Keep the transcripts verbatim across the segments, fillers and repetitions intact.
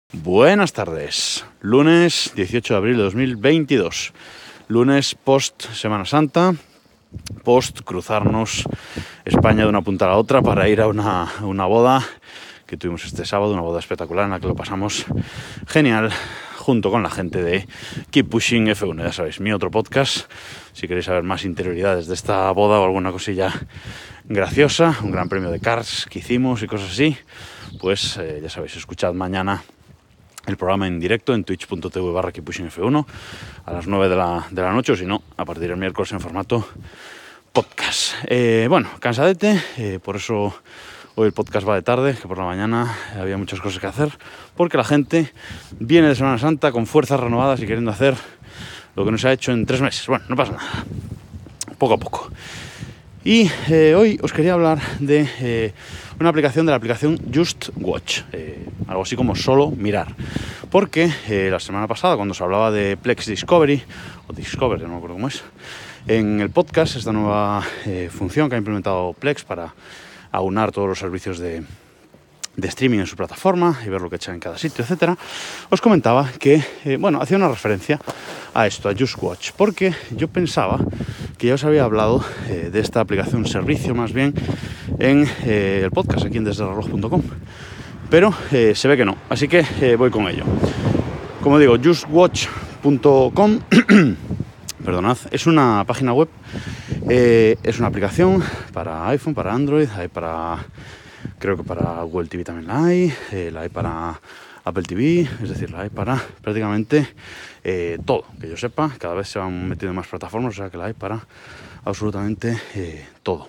Buenas tardes, lunes dieciocho de abril de dos mil veintidós, lunes post Semana Santa, post cruzarnos España de una punta a la otra para ir a una, una boda que tuvimos este sábado, una boda espectacular en la que lo pasamos genial junto con la gente de Keep Pushing F uno, ya sabéis, mi otro podcast, si queréis saber más interioridades de esta boda o alguna cosilla graciosa, un gran premio de Cars que hicimos y cosas así, pues eh, ya sabéis, escuchad mañana el programa en directo en twitch punto tv barra Keep Pushing F uno a las nueve de la, de la noche, o si no, a partir del miércoles en formato podcast. Eh, bueno, cansadete, eh, por eso hoy el podcast va de tarde, que por la mañana había muchas cosas que hacer, porque la gente viene de Semana Santa con fuerzas renovadas y queriendo hacer lo que no se ha hecho en tres meses. Bueno, no pasa nada, poco a poco. Y eh, hoy os quería hablar de eh, una aplicación, de la aplicación Just Watch, eh, algo así como solo mirar, porque eh, la semana pasada, cuando se hablaba de Plex Discovery, o Discovery, no me acuerdo cómo es, en el podcast, esta nueva eh, función que ha implementado Plex para aunar todos los servicios de, de streaming en su plataforma y ver lo que echan en cada sitio, etcétera, os comentaba que, eh, bueno, hacía una referencia a esto, a Just Watch, porque yo pensaba que ya os había hablado eh, de esta aplicación, servicio más bien, en eh, el podcast aquí en desde el reloj punto com, pero eh, se ve que no, así que eh, voy con ello. Como digo, just watch punto com perdonad, es una página web, eh, es una aplicación para iPhone, para Android, hay para, creo que para Google T V también la hay, eh, la hay para Apple T V, es decir, la hay para prácticamente eh, todo, que yo sepa. Cada vez se van metiendo más plataformas, o sea que la hay para absolutamente eh, todo.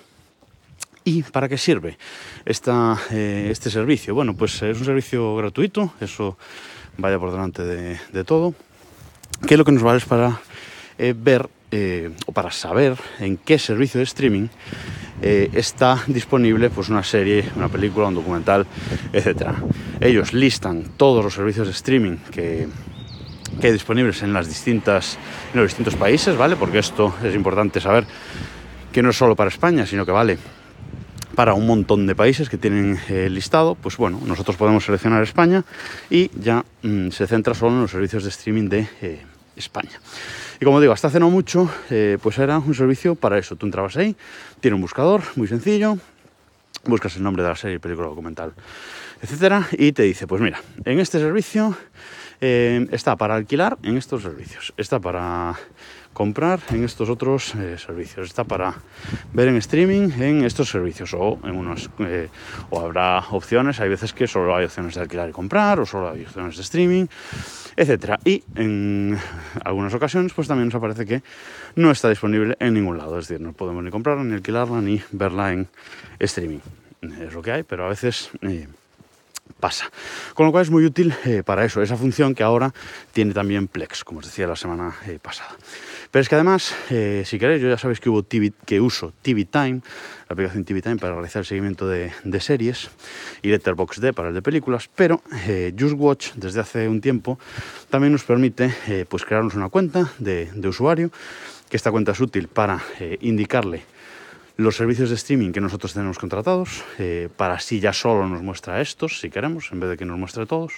¿Y para qué sirve esta, eh, este servicio? Bueno, pues es un servicio gratuito, eso vaya por delante de, de todo, que lo que nos vale es para eh, ver eh, o para saber en qué servicio de streaming eh, está disponible pues una serie, una película, un documental, etcétera. Ellos listan todos los servicios de streaming que, que hay disponibles en las distintas, en los distintos países, ¿vale? Porque esto es importante saber que no es solo para España, sino que vale para un montón de países que tienen eh, listado. Pues bueno, nosotros podemos seleccionar España y ya mmm, se centra solo en los servicios de streaming de eh, España. Y como digo, hasta hace no mucho, eh, pues era un servicio para eso. Tú entrabas ahí, tiene un buscador muy sencillo, buscas el nombre de la serie, película, documental, etcétera, y te dice, pues mira, en este servicio eh, está para alquilar en estos servicios, está para comprar en estos otros eh, servicios, está para ver en streaming en estos servicios, o en unos eh, o habrá opciones, hay veces que solo hay opciones de alquilar y comprar, o solo hay opciones de streaming, etcétera. Y en algunas ocasiones pues también nos aparece que no está disponible en ningún lado, es decir, no podemos ni comprarla, ni alquilarla, ni verla en streaming. Es lo que hay, pero a veces eh, pasa. Con lo cual es muy útil eh, para eso, esa función que ahora tiene también Plex, como os decía la semana eh, pasada. Pero es que además, eh, si queréis, yo ya sabéis que, hubo T V, que uso T V Time, la aplicación T V Time para realizar el seguimiento de, de series, y Letterboxd para el de películas, pero eh, Just Watch desde hace un tiempo también nos permite eh, pues crearnos una cuenta de, de usuario, que esta cuenta es útil para eh, indicarle los servicios de streaming que nosotros tenemos contratados, eh, para así ya solo nos muestra estos, si queremos, en vez de que nos muestre todos.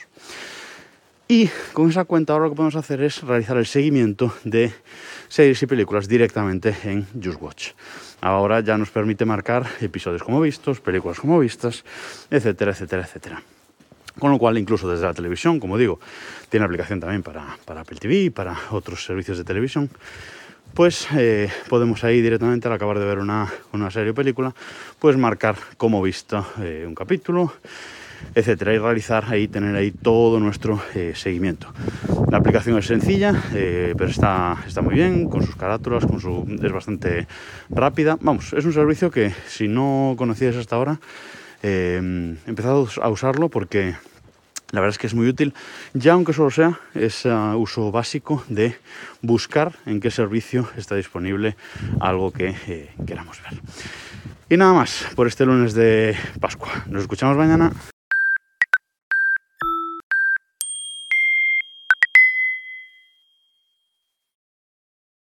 Y con esa cuenta ahora lo que podemos hacer es realizar el seguimiento de series y películas directamente en Just Watch. Ahora ya nos permite marcar episodios como vistos, películas como vistas, etcétera, etcétera, etcétera. Con lo cual, incluso desde la televisión, como digo, tiene aplicación también para, para Apple T V y para otros servicios de televisión, pues eh, podemos ahí directamente, al acabar de ver una, una serie o película, pues marcar como vista eh, un capítulo, etcétera, y realizar ahí, tener ahí todo nuestro eh, seguimiento. La aplicación es sencilla, eh, pero está, está muy bien, con sus carátulas, con su, es bastante rápida. Vamos, es un servicio que si no conocíais hasta ahora, eh, empezad a usarlo porque la verdad es que es muy útil, ya aunque solo sea ese uso básico de buscar en qué servicio está disponible algo que eh, queramos ver. Y nada más por este lunes de Pascua. Nos escuchamos mañana.